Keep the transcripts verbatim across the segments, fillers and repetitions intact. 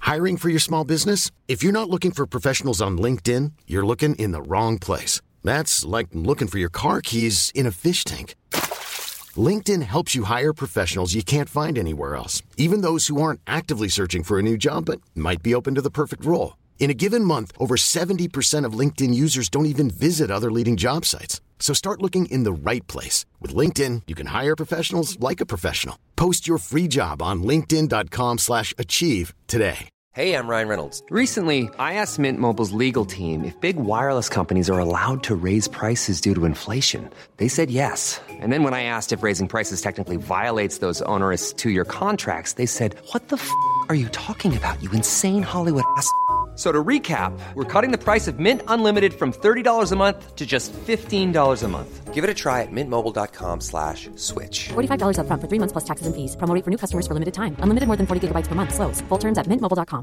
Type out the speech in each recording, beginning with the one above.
Hiring for your small business? If you're not looking for professionals on LinkedIn, you're looking in the wrong place. That's like looking for your car keys in a fish tank. LinkedIn helps you hire professionals you can't find anywhere else, even those who aren't actively searching for a new job but might be open to the perfect role. In a given month, over seventy percent of LinkedIn users don't even visit other leading job sites. So start looking in the right place. With LinkedIn, you can hire professionals like a professional. Post your free job on linkedin.com slash achieve today. Hey, I'm Ryan Reynolds. Recently, I asked Mint Mobile's legal team if big wireless companies are allowed to raise prices due to inflation. They said yes. And then when I asked if raising prices technically violates those onerous two-year contracts, they said, what the f*** are you talking about, you insane Hollywood ass f- So to recap, we're cutting the price of Mint Unlimited from thirty dollars a month to just fifteen dollars a month. Give it a try at mintmobile.com slash switch. forty-five dollars up front for three months plus taxes and fees. Promo rate for new customers for limited time. Unlimited more than forty gigabytes per month. Slows full terms at mint mobile dot com.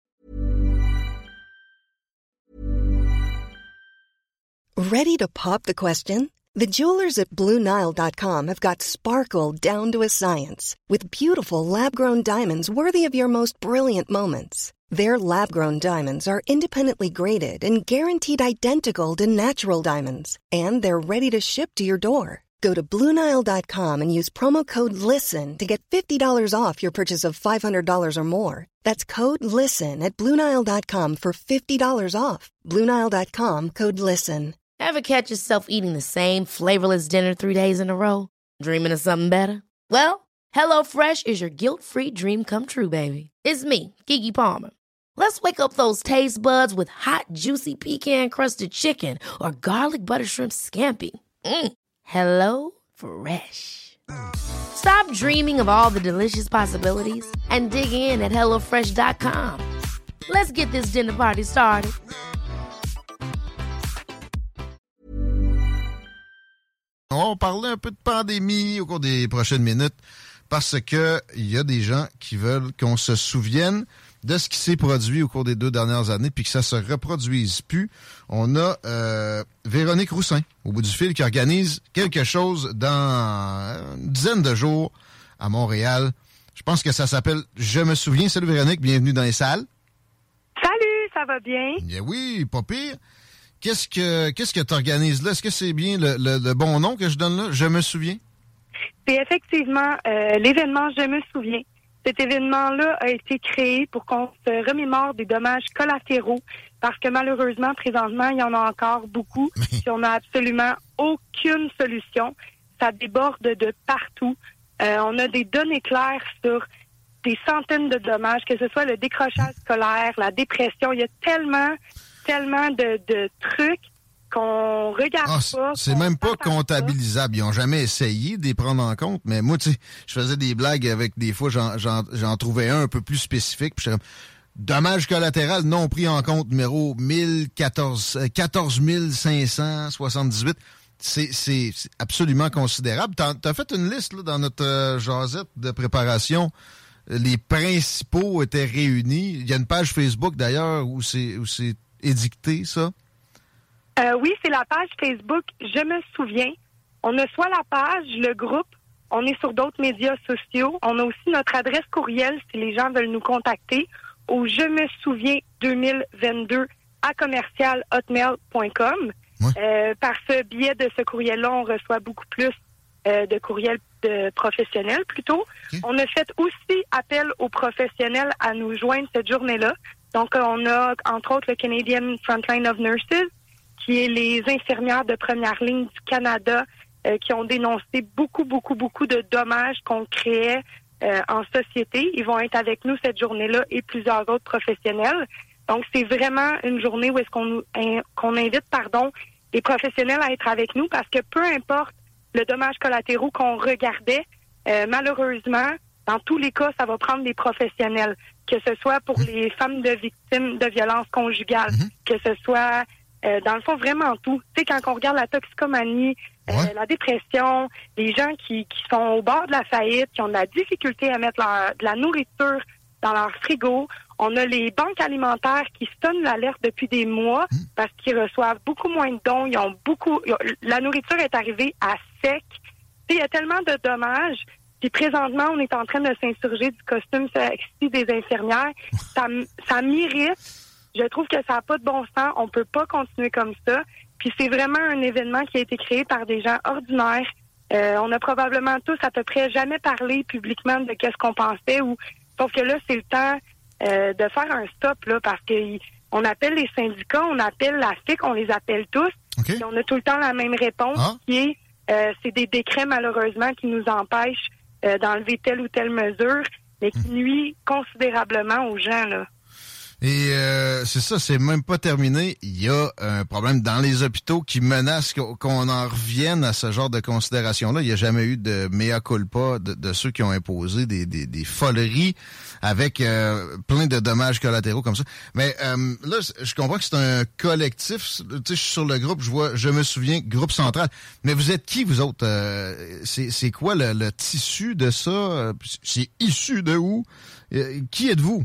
Ready to pop the question? The jewelers at Blue Nile dot com have got sparkle down to a science with beautiful lab-grown diamonds worthy of your most brilliant moments. Their lab-grown diamonds are independently graded and guaranteed identical to natural diamonds, and they're ready to ship to your door. Go to Blue Nile dot com and use promo code LISTEN to get fifty dollars off your purchase of five hundred dollars or more. That's code LISTEN at Blue Nile dot com for fifty dollars off. Blue Nile dot com, code LISTEN. Ever catch yourself eating the same flavorless dinner three days in a row? Dreaming of something better? Well, HelloFresh is your guilt-free dream come true, baby. It's me, Keke Palmer. Let's wake up those taste buds with hot, juicy pecan-crusted chicken or garlic butter shrimp scampi. Mm. Hello Fresh. Stop dreaming of all the delicious possibilities and dig in at hello fresh dot com. Let's get this dinner party started. On va parler un peu de pandémie au cours des prochaines minutes parce que il y a des gens qui veulent qu'on se souvienne de ce qui s'est produit au cours des deux dernières années puis que ça se reproduise plus. On a euh, Véronique Roussin au bout du fil qui organise quelque chose dans une dizaine de jours à Montréal. Je pense que ça s'appelle Je me souviens. Salut Véronique, bienvenue dans les salles. Salut, ça va bien? Bien oui, pas pire. Qu'est-ce que qu'est-ce que tu organises là? Est-ce que c'est bien le, le, le bon nom que je donne là? Je me souviens? C'est effectivement euh, l'événement Je me souviens. Cet événement-là a été créé pour qu'on se remémore des dommages collatéraux parce que malheureusement, présentement, il y en a encore beaucoup et on n'a absolument aucune solution. Ça déborde de partout. Euh, on a des données claires sur des centaines de dommages, que ce soit le décrochage scolaire, la dépression. Il y a tellement... tellement de, de trucs qu'on regarde ah, pas. C'est même pas comptabilisable. Ils n'ont jamais essayé de les prendre en compte. Mais moi, tu sais, je faisais des blagues avec des fois, j'en, j'en, j'en trouvais un un peu plus spécifique. Puis j'étais comme, dommage collatéral non pris en compte, numéro mille quatorze, quatorze mille cinq cent soixante-dix-huit. C'est, c'est, c'est absolument considérable. T'as, t'as fait une liste là, dans notre euh, jasette de préparation. Les principaux étaient réunis. Il y a une page Facebook, d'ailleurs, où c'est, où c'est édicté, ça? Euh, oui, c'est la page Facebook Je me souviens. On a soit la page, le groupe, on est sur d'autres médias sociaux. On a aussi notre adresse courriel si les gens veulent nous contacter au je me souviens deux mille vingt-deux à commercial hotmail point com. Ouais. Euh, par ce biais de ce courriel-là, on reçoit beaucoup plus euh, de courriels de professionnels plutôt. Okay. On a fait aussi appel aux professionnels à nous joindre cette journée-là. Donc, on a, entre autres, le Canadian Frontline of Nurses, qui est les infirmières de première ligne du Canada, euh, qui ont dénoncé beaucoup, beaucoup, beaucoup de dommages qu'on créait euh, en société. Ils vont être avec nous cette journée-là et plusieurs autres professionnels. Donc, c'est vraiment une journée où est-ce qu'on, hein, qu'on invite, pardon, les professionnels à être avec nous parce que peu importe le dommage collatéraux qu'on regardait, euh, malheureusement, dans tous les cas, ça va prendre des professionnels, que ce soit pour les femmes de victimes de violences conjugales, mm-hmm. que ce soit, euh, dans le fond, vraiment tout. Tu sais, quand on regarde la toxicomanie, euh, ouais. la dépression, les gens qui, qui sont au bord de la faillite, qui ont de la difficulté à mettre leur, de la nourriture dans leur frigo, on a les banques alimentaires qui sonnent l'alerte depuis des mois mm. parce qu'ils reçoivent beaucoup moins de dons, ils ont beaucoup, la nourriture est arrivée à sec. Tu sais, il y a tellement de dommages Puis présentement, on est en train de s'insurger du costume sexy des infirmières. Ça, ça m'irrite. Je trouve que ça n'a pas de bon sens. On peut pas continuer comme ça. Puis c'est vraiment un événement qui a été créé par des gens ordinaires. Euh, on a probablement tous à peu près jamais parlé publiquement de qu'est-ce qu'on pensait. Ou sauf que là, c'est le temps euh, de faire un stop là, parce que on appelle les syndicats, on appelle la F I C, on les appelle tous. Okay. Et on a tout le temps la même réponse ah. qui est euh, c'est des décrets malheureusement qui nous empêchent euh, d'enlever telle ou telle mesure, mais qui nuit considérablement aux gens là. Et euh, c'est ça, c'est même pas terminé. Il y a un problème dans les hôpitaux qui menace qu'on en revienne à ce genre de considération-là. Il n'y a jamais eu de mea culpa de, de ceux qui ont imposé des, des, des foleries avec euh, plein de dommages collatéraux comme ça. Mais euh, là, je comprends que c'est un collectif. Tu sais, je suis sur le groupe, je vois, je me souviens, groupe central. Mais vous êtes qui, vous autres? Euh, c'est, c'est quoi le, le tissu de ça? C'est issu de où? Euh, qui êtes-vous?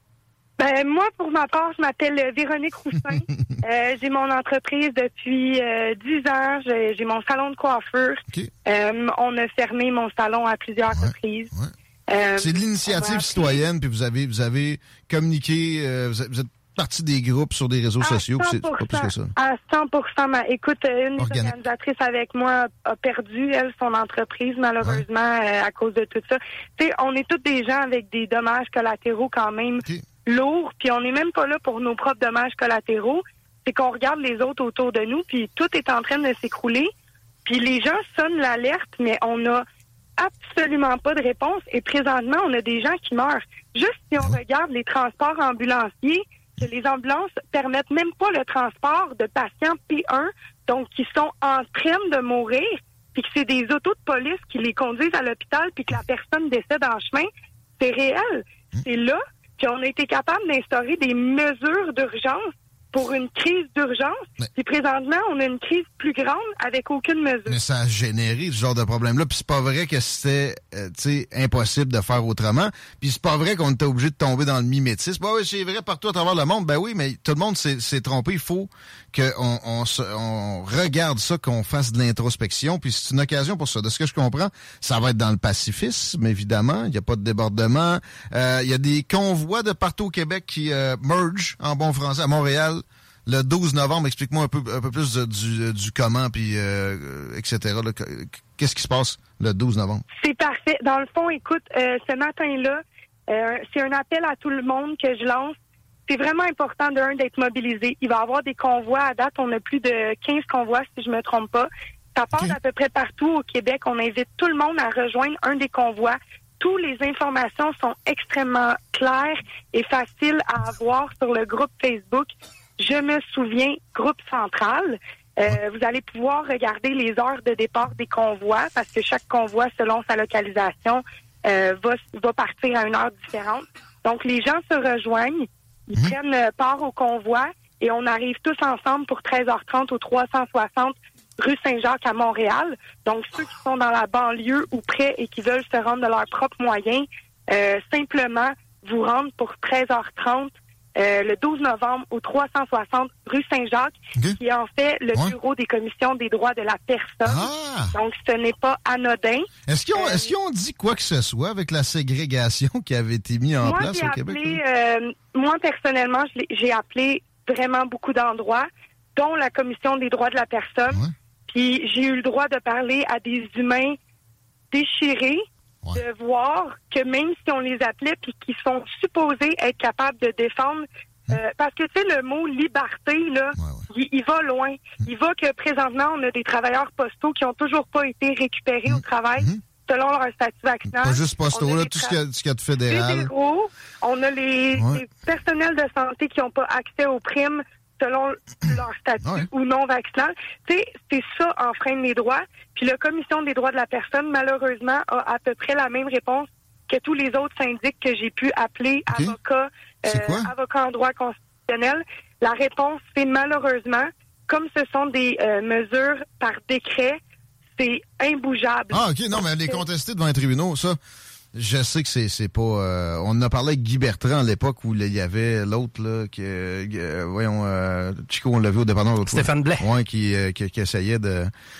Ben, moi, pour ma part, je m'appelle Véronique Roussin. euh, j'ai mon entreprise depuis euh, dix ans. J'ai, j'ai mon salon de coiffure. Okay. Euh, on a fermé mon salon à plusieurs ouais, reprises. Ouais. Euh, c'est de l'initiative citoyenne, puis vous avez vous avez communiqué, euh, vous, êtes, vous êtes partie des groupes sur des réseaux sociaux, puis c'est pas plus que ça. À cent pour cent. Ma, écoute, une des organisatrices avec moi a perdu, elle, son entreprise, malheureusement, ouais. euh, à cause de tout ça. Tu sais, on est tous des gens avec des dommages collatéraux quand même. Okay. Lourd, puis on n'est même pas là pour nos propres dommages collatéraux. C'est qu'on regarde les autres autour de nous, puis tout est en train de s'écrouler. Puis les gens sonnent l'alerte, mais on n'a absolument pas de réponse. Et présentement, on a des gens qui meurent. Juste si on regarde les transports ambulanciers, que les ambulances permettent même pas le transport de patients P un, donc qui sont en train de mourir, puis que c'est des autos de police qui les conduisent à l'hôpital, puis que la personne décède en chemin. C'est réel. C'est là. Puis on a été capable d'instaurer des mesures d'urgence pour une crise d'urgence. Mais, puis présentement, on a une crise plus grande avec aucune mesure. Mais ça a généré ce genre de problème-là. Puis c'est pas vrai que c'était euh, tu sais, impossible de faire autrement. Puis c'est pas vrai qu'on était obligé de tomber dans le mimétisme. Bah oui, c'est vrai partout à travers le monde. Ben oui, mais tout le monde s'est, s'est trompé. Il faut qu'on on, on regarde ça, qu'on fasse de l'introspection. Puis c'est une occasion pour ça. De ce que je comprends, ça va être dans le pacifisme, évidemment. Il n'y a pas de débordement. Euh, il y a des convois de partout au Québec qui euh, merge, en bon français, à Montréal. Le douze novembre, explique-moi un peu, un peu plus du, du comment, puis euh, et cetera. Là. Qu'est-ce qui se passe le douze novembre? C'est parfait. Dans le fond, écoute, euh, ce matin-là, euh, c'est un appel à tout le monde que je lance. C'est vraiment important, d'un, d'être mobilisé. Il va y avoir des convois. À date, on a plus de quinze convois, si je me trompe pas. Ça part okay. à peu près partout au Québec. On invite tout le monde à rejoindre un des convois. Toutes les informations sont extrêmement claires et faciles à avoir sur le groupe Facebook. Je me souviens, groupe central. Euh, vous allez pouvoir regarder les heures de départ des convois parce que chaque convoi, selon sa localisation, euh, va, va partir à une heure différente. Donc, les gens se rejoignent, ils mmh. prennent part au convoi et on arrive tous ensemble pour treize heures trente au trois cent soixante rue Saint-Jacques à Montréal. Donc, ceux qui sont dans la banlieue ou près et qui veulent se rendre de leurs propres moyens, euh, simplement vous rendre pour treize heures trente Euh, le douze novembre au trois cent soixante rue Saint-Jacques, okay. qui est en fait le ouais. bureau des commissions des droits de la personne. Ah. Donc, ce n'est pas anodin. Est-ce qu'ils ont, euh, est-ce qu'ils ont dit quoi que ce soit avec la ségrégation qui avait été mise en moi, place j'ai au appelé, Québec? Euh, moi, personnellement, j'ai appelé vraiment beaucoup d'endroits, dont la commission des droits de la personne. Ouais. Puis, j'ai eu le droit de parler à des humains déchirés, Ouais. de voir que même si on les appelait puis qu'ils sont supposés être capables de défendre, mmh. euh, parce que tu sais, le mot liberté, là, ouais, ouais. Il, il va loin. Mmh. Il va que présentement, on a des travailleurs postaux qui ont toujours pas été récupérés mmh. au travail mmh. selon leur statut vaccinal. Pas juste postaux, là, tout tra- ce qu'il y a, ce qu'il y a de fédéral. Fédéraux, on a les, ouais. les personnels de santé qui n'ont pas accès aux primes selon leur statut ouais. ou non vaccinal. Tu sais, c'est ça enfreindre les droits. Puis la Commission des droits de la personne, malheureusement, a à peu près la même réponse que tous les autres syndics que j'ai pu appeler okay. avocats, euh, avocats en droit constitutionnel. La réponse, c'est malheureusement, comme ce sont des euh, mesures par décret, c'est imbougeable. Ah, OK. Non, mais les contester devant les tribunaux, ça... Je sais que c'est c'est pas... Euh, on en a parlé avec Guy Bertrand à l'époque où il y avait l'autre, là, qui... Euh, voyons, euh, Chico, on l'a vu au dépendant l'autre Stéphane fois. Blais. Ouais, qui, euh, qui, qui essayait de...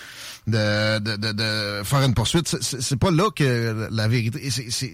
de, de, de, de faire une poursuite. C'est, c'est, c'est pas là que la vérité... C'est, c'est,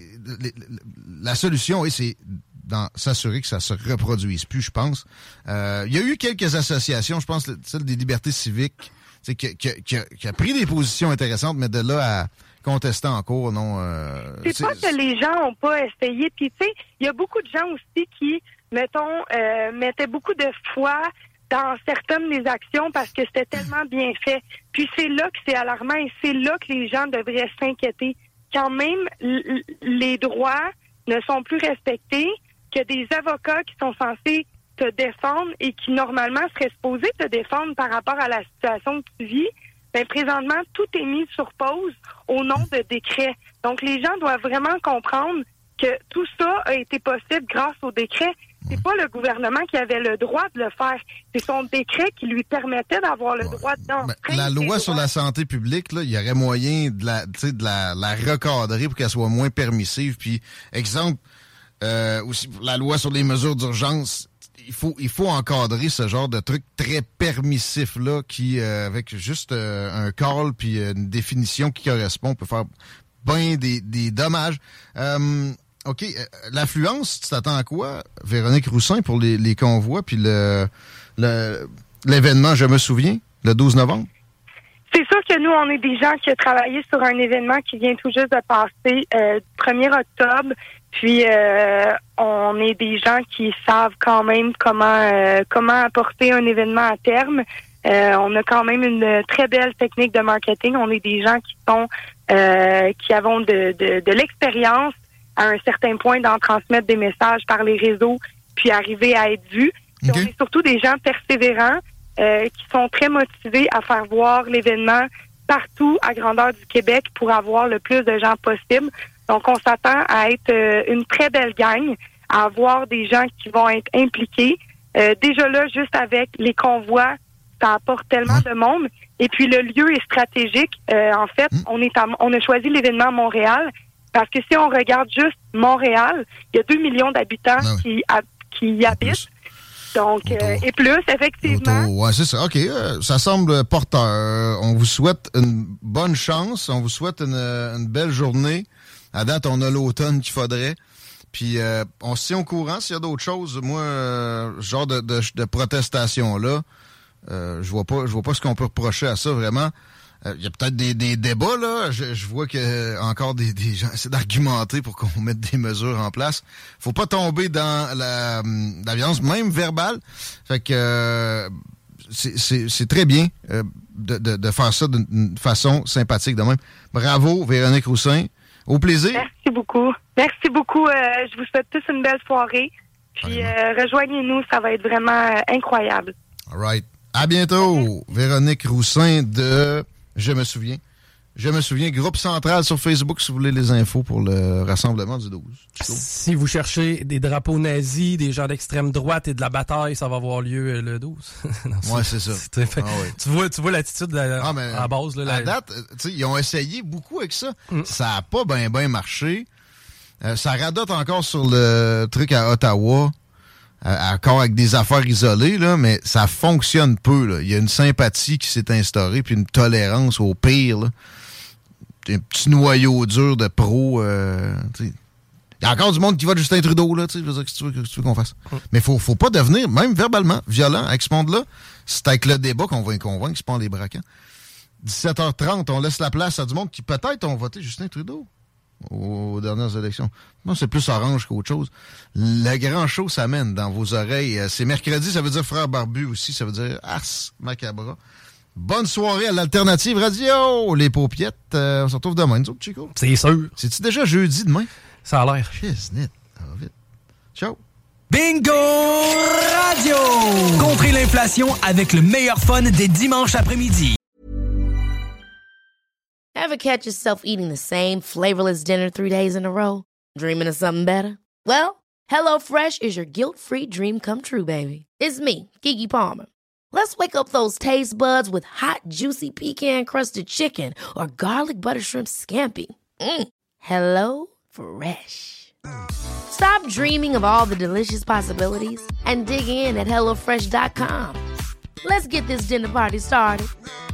la solution, oui, c'est dans s'assurer que ça se reproduise plus, je pense. Euh, il y a eu quelques associations, je pense, celle des libertés civiques, qui, qui, qui, a, qui a pris des positions intéressantes, mais de là à contester en cours, non... Euh, c'est, c'est pas que les gens n'ont pas essayé. Puis, tu sais, il y a beaucoup de gens aussi qui, mettons, euh, mettaient beaucoup de foi dans certaines des actions parce que c'était tellement bien fait. Puis c'est là que c'est alarmant et c'est là que les gens devraient s'inquiéter. Quand même, l- les droits ne sont plus respectés, que des avocats qui sont censés te défendre et qui normalement seraient supposés te défendre par rapport à la situation que tu vis, bien présentement, tout est mis sur pause au nom de décrets. Donc les gens doivent vraiment comprendre que tout ça a été possible grâce au décret. C'est pas le gouvernement qui avait le droit de le faire. C'est son décret qui lui permettait d'avoir le ouais. droit d'entrer. Ben, la loi sur la santé publique, là, il y aurait moyen de la, de la, la recadrer pour qu'elle soit moins permissive. Puis, exemple, euh, aussi la loi sur les mesures d'urgence, il faut, il faut encadrer ce genre de truc très permissif là, qui, euh, avec juste euh, un call puis une définition qui correspond, peut faire bien des, des dommages. Euh, OK. Euh, l'affluence, tu t'attends à quoi, Véronique Roussin, pour les, les convois, puis le, le, l'événement, je me souviens, le douze novembre? C'est sûr que nous, on est des gens qui ont travaillé sur un événement qui vient tout juste de passer euh, premier octobre. Puis, euh, on est des gens qui savent quand même comment euh, comment apporter un événement à terme. Euh, on a quand même une très belle technique de marketing. On est des gens qui sont euh, qui avons de, de, de l'expérience à un certain point d'en transmettre des messages par les réseaux, puis arriver à être vus. Puis okay. On est surtout des gens persévérants euh, qui sont très motivés à faire voir l'événement partout à grandeur du Québec pour avoir le plus de gens possible. Donc, on s'attend à être euh, une très belle gang, à avoir des gens qui vont être impliqués. Euh, déjà là, juste avec les convois, ça apporte tellement de monde. Et puis, le lieu est stratégique. Euh, en fait, mmh. on est à, on a choisi l'événement à Montréal. Parce que si on regarde juste Montréal, il y a deux millions d'habitants ah oui. qui, a, qui y habitent. Donc, euh, et plus, effectivement. Autour. Ouais, c'est ça. OK, euh, ça semble porteur. On vous souhaite une bonne chance. On vous souhaite une, une belle journée. À date, on a l'automne qu'il faudrait. Puis, euh, on se tient au courant s'il y a d'autres choses. Moi, euh, ce genre de, de, de protestation-là, euh, je vois pas, je vois pas ce qu'on peut reprocher à ça, vraiment. Il euh, y a peut-être des, des débats, là. Je, je vois que euh, encore des, des gens essaient d'argumenter pour qu'on mette des mesures en place. Faut pas tomber dans la, la violence, même verbale. Fait que euh, c'est, c'est, c'est très bien euh, de, de, de faire ça d'une façon sympathique de même. Bravo, Véronique Roussin. Au plaisir. Merci beaucoup. Merci beaucoup. Euh, je vous souhaite tous une belle soirée. Puis euh, rejoignez-nous, ça va être vraiment euh, incroyable. All right. À bientôt, Véronique Roussin de... Je me souviens. Je me souviens. Groupe Central sur Facebook si vous voulez les infos pour le rassemblement du douze. Si vous cherchez des drapeaux nazis, des gens d'extrême droite et de la bataille, ça va avoir lieu le douze. non, ouais, c'est ça. C'est fait, ah, oui. Tu vois, tu vois l'attitude à, ah, à la base. Là, à la... date, tu sais, ils ont essayé beaucoup avec ça. Mm. Ça a pas bien ben marché. Euh, ça radote encore sur le truc à Ottawa. Encore avec des affaires isolées, là, mais ça fonctionne peu. Là. Il y a une sympathie qui s'est instaurée, puis une tolérance au pire. Là. Un petit noyau dur de pros. Euh, il y a encore du monde qui va de Justin Trudeau, là, je veux dire, qu'est-ce que tu veux, tu veux qu'on fasse? Mm. Mais faut, faut pas devenir, même verbalement, violent avec ce monde-là. C'est avec le débat qu'on va y convaincre, c'est pas en les braquant. dix-sept heures trente, on laisse la place à du monde qui peut-être ont voté Justin Trudeau aux dernières élections. Moi, c'est plus orange qu'autre chose. Le grand show s'amène dans vos oreilles. C'est mercredi, ça veut dire Frère Barbu aussi, ça veut dire Ars Macabra. Bonne soirée à l'Alternative Radio, les paupiettes. Euh, on se retrouve demain, nous autres, Chico. C'est sûr. C'est-tu déjà jeudi demain? Ça a l'air. Chisnit. Ça va vite. Ciao. Bingo Radio! Contrer l'inflation avec le meilleur fun des dimanches après-midi. Ever catch yourself eating the same flavorless dinner three days in a row? Dreaming of something better? Well, HelloFresh is your guilt-free dream come true, baby. It's me, Keke Palmer. Let's wake up those taste buds with hot, juicy pecan-crusted chicken or garlic butter shrimp scampi. Mm. Hello Fresh. Stop dreaming of all the delicious possibilities and dig in at hello fresh dot com. Let's get this dinner party started.